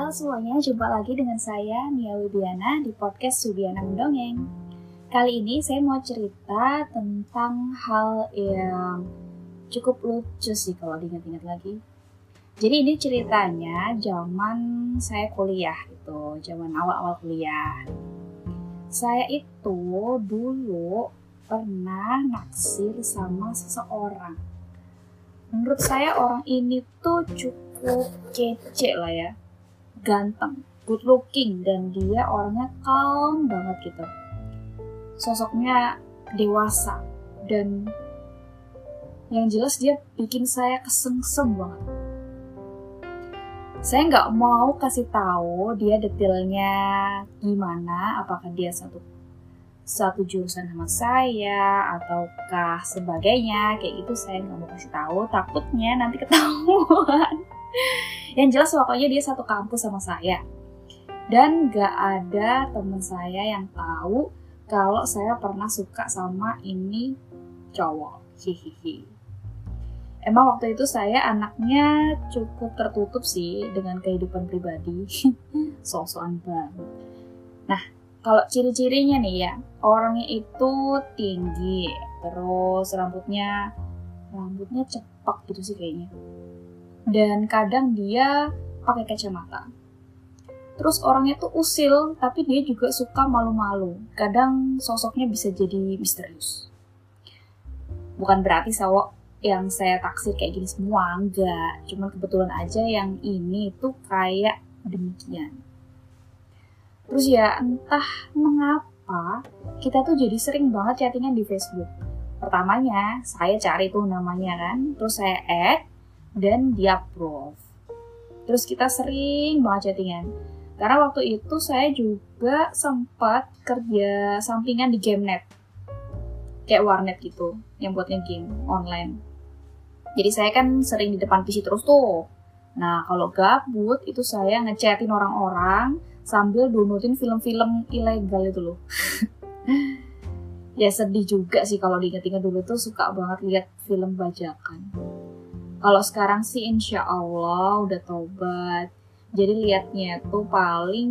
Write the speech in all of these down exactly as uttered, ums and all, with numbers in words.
Halo semuanya, jumpa lagi dengan saya Nia Wibiana di podcast Wibiana Mendongeng. Kali ini saya mau cerita tentang hal yang cukup lucu sih kalau diingat-ingat lagi. Jadi ini ceritanya zaman saya kuliah gitu, zaman awal-awal kuliah. Saya itu dulu pernah naksir sama seseorang. Menurut saya orang ini tuh cukup kece lah ya. Ganteng, good looking, dan dia orangnya calm banget gitu. Sosoknya dewasa, dan yang jelas dia bikin saya kesengsem banget. Saya nggak mau kasih tahu dia detailnya gimana, apakah dia satu satu jurusan sama saya ataukah sebagainya, kayak gitu saya nggak mau kasih tahu, takutnya nanti ketahuan. Yang jelas pokoknya dia satu kampus sama saya. Dan gak ada teman saya yang tahu kalau saya pernah suka sama ini cowok. Hihihi. Emang waktu itu saya anaknya cukup tertutup sih dengan kehidupan pribadi. Sok-sokan banget. Nah, kalau ciri-cirinya nih ya, orangnya itu tinggi, terus rambutnya rambutnya cepak gitu sih kayaknya. Dan kadang dia pakai kacamata. Terus orangnya tuh usil, tapi dia juga suka malu-malu. Kadang sosoknya bisa jadi misterius. Bukan berarti cowok yang saya taksir kayak gini semua, enggak. Cuma kebetulan aja yang ini tuh kayak demikian. Terus ya entah mengapa kita tuh jadi sering banget chattingan di Facebook. Pertamanya saya cari tuh namanya kan, terus saya add dan dia approve. Terus kita sering banget chattingan. Karena waktu itu saya juga sempat kerja sampingan di GameNet. Kayak warnet gitu, yang buatnya game online. Jadi saya kan sering di depan P C terus tuh. Nah, kalau gabut itu saya ngechatin orang-orang sambil downloadin film-film ilegal itu loh. Ya sedih juga sih kalau diingat-ingat, dulu tuh suka banget lihat film bajakan. Kalau sekarang sih insya Allah udah tobat. Jadi liatnya tuh paling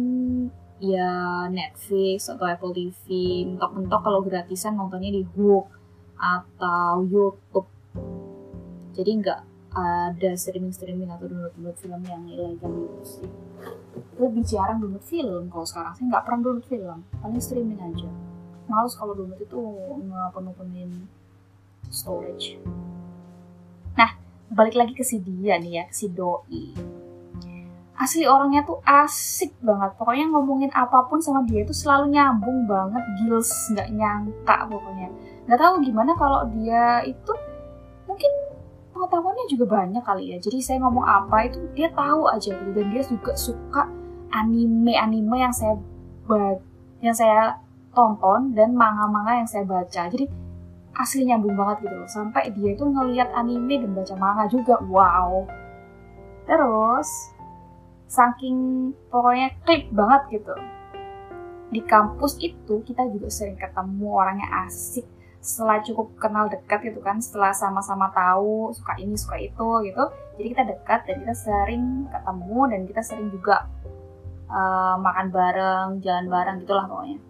ya Netflix atau Apple T V. Mentok-mentok kalau gratisan nontonnya di Hook atau YouTube. Jadi nggak ada streaming-streaming atau download-download film yang ilegal gitu sih. Lebih jarang download film kalau sekarang. Saya nggak pernah download film, paling streaming aja. Males kalau download itu nggak penuh-penuhin storage. Nah, balik lagi ke si dia nih ya, si doi. Asli orangnya tuh asik banget. Pokoknya ngomongin apapun sama dia itu selalu nyambung banget, gils, nggak nyangka pokoknya. Nggak tahu gimana kalau dia itu mungkin pengetahuannya juga banyak kali ya. Jadi saya ngomong apa itu dia tahu aja gitu. Dan dia juga suka anime-anime yang saya yang saya tonton dan manga-manga yang saya baca. Jadi asli nyambung banget gitu loh. Sampai dia itu ngelihat anime dan baca manga juga. Wow. Terus saking pokoknya klik banget gitu. Di kampus itu kita juga sering ketemu, orangnya asik. Setelah cukup kenal dekat gitu kan, setelah sama-sama tahu suka ini suka itu gitu. Jadi kita dekat dan kita sering ketemu dan kita sering juga uh, makan bareng, jalan bareng gitulah pokoknya.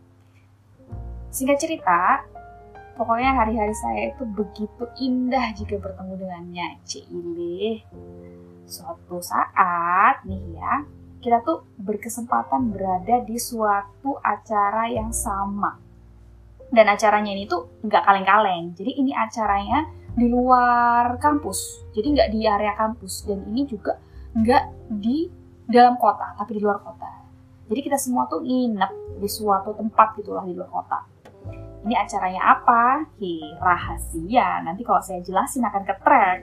Singkat cerita, pokoknya hari-hari saya itu begitu indah jika bertemu dengannya. Cilih. Suatu saat nih ya, kita tuh berkesempatan berada di suatu acara yang sama. Dan acaranya ini tuh nggak kaleng-kaleng. Jadi ini acaranya di luar kampus. Jadi nggak di area kampus. Dan ini juga nggak di dalam kota, tapi di luar kota. Jadi kita semua tuh nginep di suatu tempat gitulah di luar kota. Ini acaranya apa? Hi, rahasia. Nanti kalau saya jelasin akan ke-track.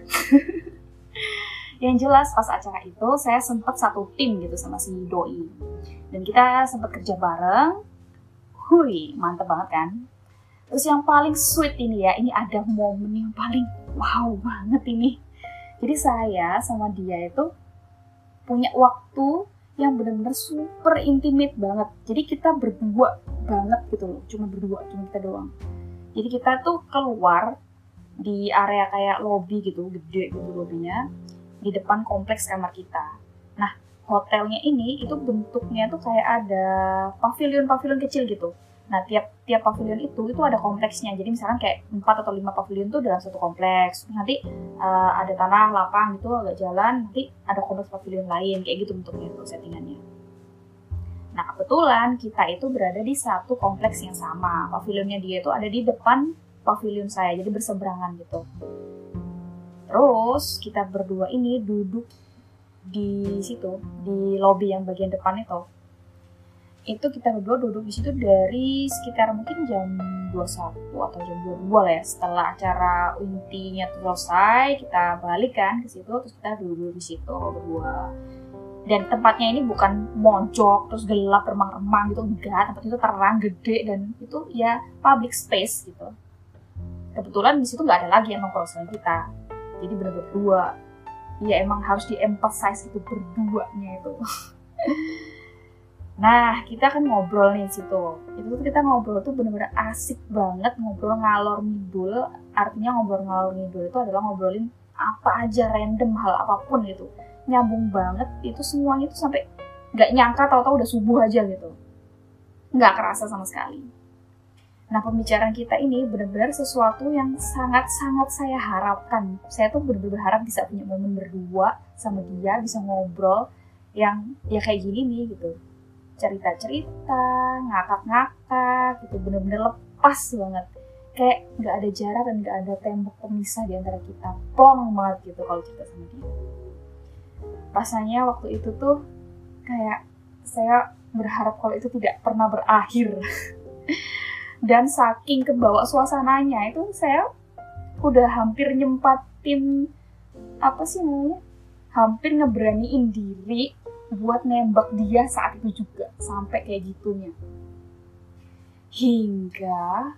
Yang jelas pas acara itu saya sempat satu tim gitu sama si doi. Dan kita sempat kerja bareng. Hui, mantep banget kan? Terus yang paling sweet ini ya, ini ada momen yang paling wow banget ini. Jadi saya sama dia itu punya waktu yang benar-benar super intimate banget. Jadi kita berdua banget gitu loh, cuma berdua, cuma kita doang. Jadi kita tuh keluar di area kayak lobby gitu, gede gitu lobbynya, di depan kompleks kamar kita. Nah, hotelnya ini itu bentuknya tuh kayak ada pavilion-pavilion kecil gitu. Nah, tiap tiap pavilion itu itu ada kompleksnya. Jadi misalkan kayak empat atau lima pavilion tuh dalam satu kompleks. Nanti uh, ada tanah, lapang gitu, agak jalan, nanti ada kompleks pavilion lain kayak gitu bentuknya tuh settingannya. Nah, kebetulan kita itu berada di satu kompleks yang sama. Pavilionnya dia itu ada di depan pavilion saya, jadi berseberangan gitu. Terus kita berdua ini duduk di situ, di lobi yang bagian depan itu. Itu kita berdua duduk di situ dari sekitar mungkin jam dua puluh satu atau jam dua puluh dua lah ya. Setelah acara intinya selesai, kita balik kan ke situ, terus kita duduk di situ berdua. Dan tempatnya ini bukan mojok terus gelap remang-remang gitu, enggak. Tempat itu terang, gede, dan itu ya public space gitu. Kebetulan di situ nggak ada lagi yang nongkrong selain kita. Jadi benar-benar berdua. Ya emang harus di-emphasize itu berduanya itu. Nah, kita kan ngobrol nih di situ. Itu tuh kita ngobrol tuh bener-bener asik banget, ngobrol ngalor ngidul. Artinya ngobrol ngalor ngidul itu adalah ngobrolin apa aja, random, hal apapun gitu. Nyambung banget, itu semuanya tuh sampai nggak nyangka tahu-tahu udah subuh aja gitu. Nggak kerasa sama sekali. Nah, pembicaraan kita ini benar-benar sesuatu yang sangat-sangat saya harapkan. Saya tuh benar-benar berharap bisa punya momen berdua sama dia, bisa ngobrol yang ya kayak gini nih gitu. Cerita-cerita, ngakak-ngakak gitu, bener-bener lepas banget. Kayak nggak ada jarak dan nggak ada tembok pemisah di antara kita. Plong banget gitu kalau cerita sama dia. Rasanya waktu itu tuh kayak saya berharap kalau itu tidak pernah berakhir. Dan saking kebawa suasananya itu saya udah hampir nyempatin apa sih namanya? Hampir ngeberaniin diri buat nembak dia saat itu juga, sampai kayak gitunya. Hingga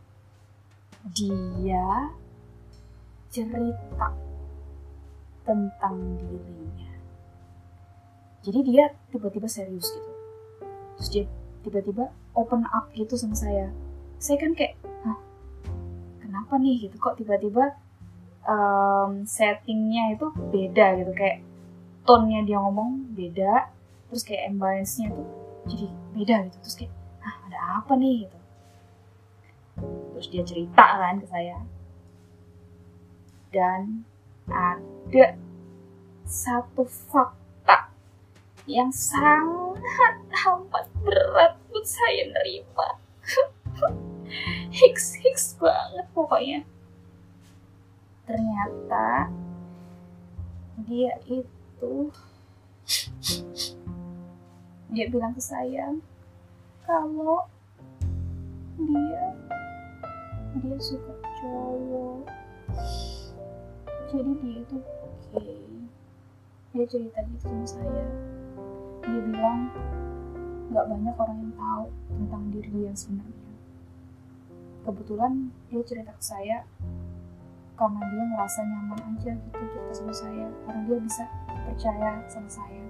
dia cerita tentang dirinya. Jadi dia tiba-tiba serius gitu. Terus dia tiba-tiba open up gitu sama saya. Saya kan kayak, hah? Kenapa nih gitu? Kok tiba-tiba um, settingnya itu beda gitu, kayak tone-nya dia ngomong beda, terus kayak ambience-nya tuh jadi beda gitu. Terus kayak, ah ada apa nih gitu. Terus dia cerita kan ke saya. Dan ada satu fakta yang sangat amat berat buat saya nerima. Hiks-hiks banget pokoknya. Ternyata dia itu dia bilang ke saya kalau dia dia suka cowok, jadi dia itu gay. Dia cerita gitu sama saya. Dia bilang nggak banyak orang yang tahu tentang diri dia sebenarnya. Kebetulan dia cerita ke saya karena dia ngerasa nyaman aja gitu cerita sama saya, karena dia bisa percaya sama saya.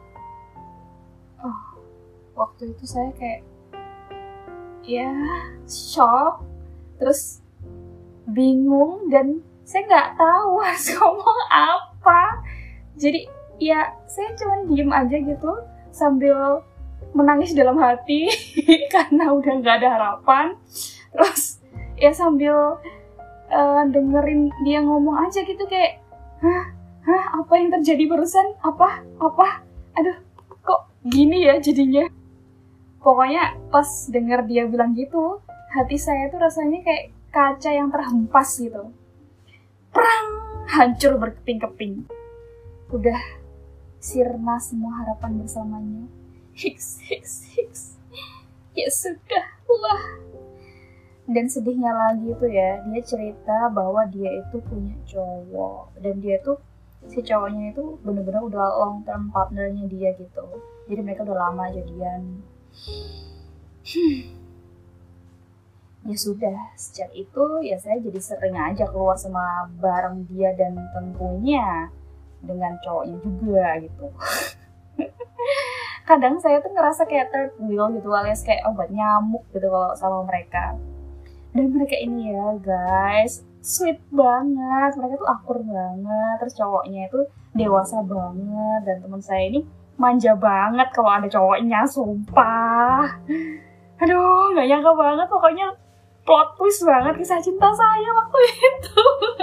Oh, waktu itu saya kayak ya shock, terus bingung, dan saya nggak tahu harus ngomong apa. Jadi ya saya cuma diem aja gitu sambil menangis dalam hati karena udah nggak ada harapan. Terus ya sambil uh, dengerin dia ngomong aja gitu kayak, hah, hah, apa yang terjadi barusan? Apa, apa? Aduh, kok gini ya jadinya? Pokoknya pas denger dia bilang gitu, hati saya tuh rasanya kayak kaca yang terhempas gitu. Prang, hancur berkeping-keping. Udah sirna semua harapan bersamanya. Hiks, hiks, hiks. Ya sudah lah. Dan sedihnya lagi tuh ya, dia cerita bahwa dia itu punya cowok. Dan dia tuh, si cowoknya itu bener-bener udah long term partnernya dia gitu. Jadi mereka udah lama jadian. Hmm. Ya sudah, sejak itu ya saya jadi sering aja keluar sama bareng dia, dan tentunya dengan cowoknya juga gitu. Kadang saya tuh ngerasa kayak third wheel gitu, alias kayak obat nyamuk gitu kalau sama mereka. Dan mereka ini ya guys, sweet banget, mereka tuh akur banget, terus cowoknya itu dewasa banget, dan teman saya ini manja banget kalau ada cowoknya, sumpah. Aduh, gak nyangka banget, pokoknya plot twist banget kisah cinta saya waktu itu.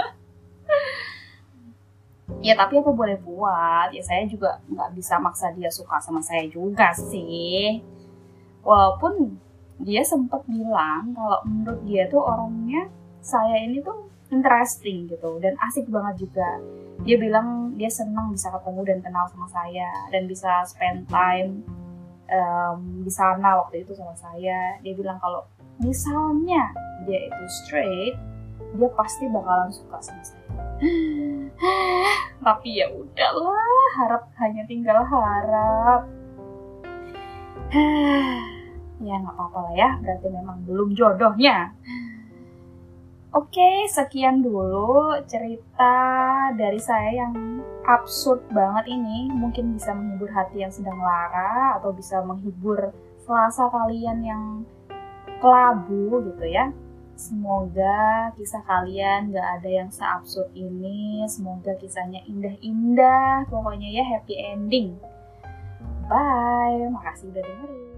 Ya tapi apa boleh buat, ya saya juga gak bisa maksa dia suka sama saya juga sih. Walaupun dia sempat bilang kalau menurut dia tuh orangnya, saya ini tuh interesting gitu dan asik banget juga. Dia bilang dia senang bisa ketemu dan kenal sama saya dan bisa spend time um, di sana waktu itu sama saya. Dia bilang kalau misalnya dia itu straight, dia pasti bakalan suka sama saya. Tapi ya udahlah, harap hanya tinggal harap. Ya nggak apa-apa lah ya, berarti memang belum jodohnya. Oke, sekian dulu cerita dari saya yang absurd banget ini. Mungkin bisa menghibur hati yang sedang lara atau bisa menghibur selasa kalian yang kelabu gitu ya. Semoga kisah kalian gak ada yang seabsurd ini. Semoga kisahnya indah-indah. Pokoknya ya happy ending. Bye, makasih udah dengerin.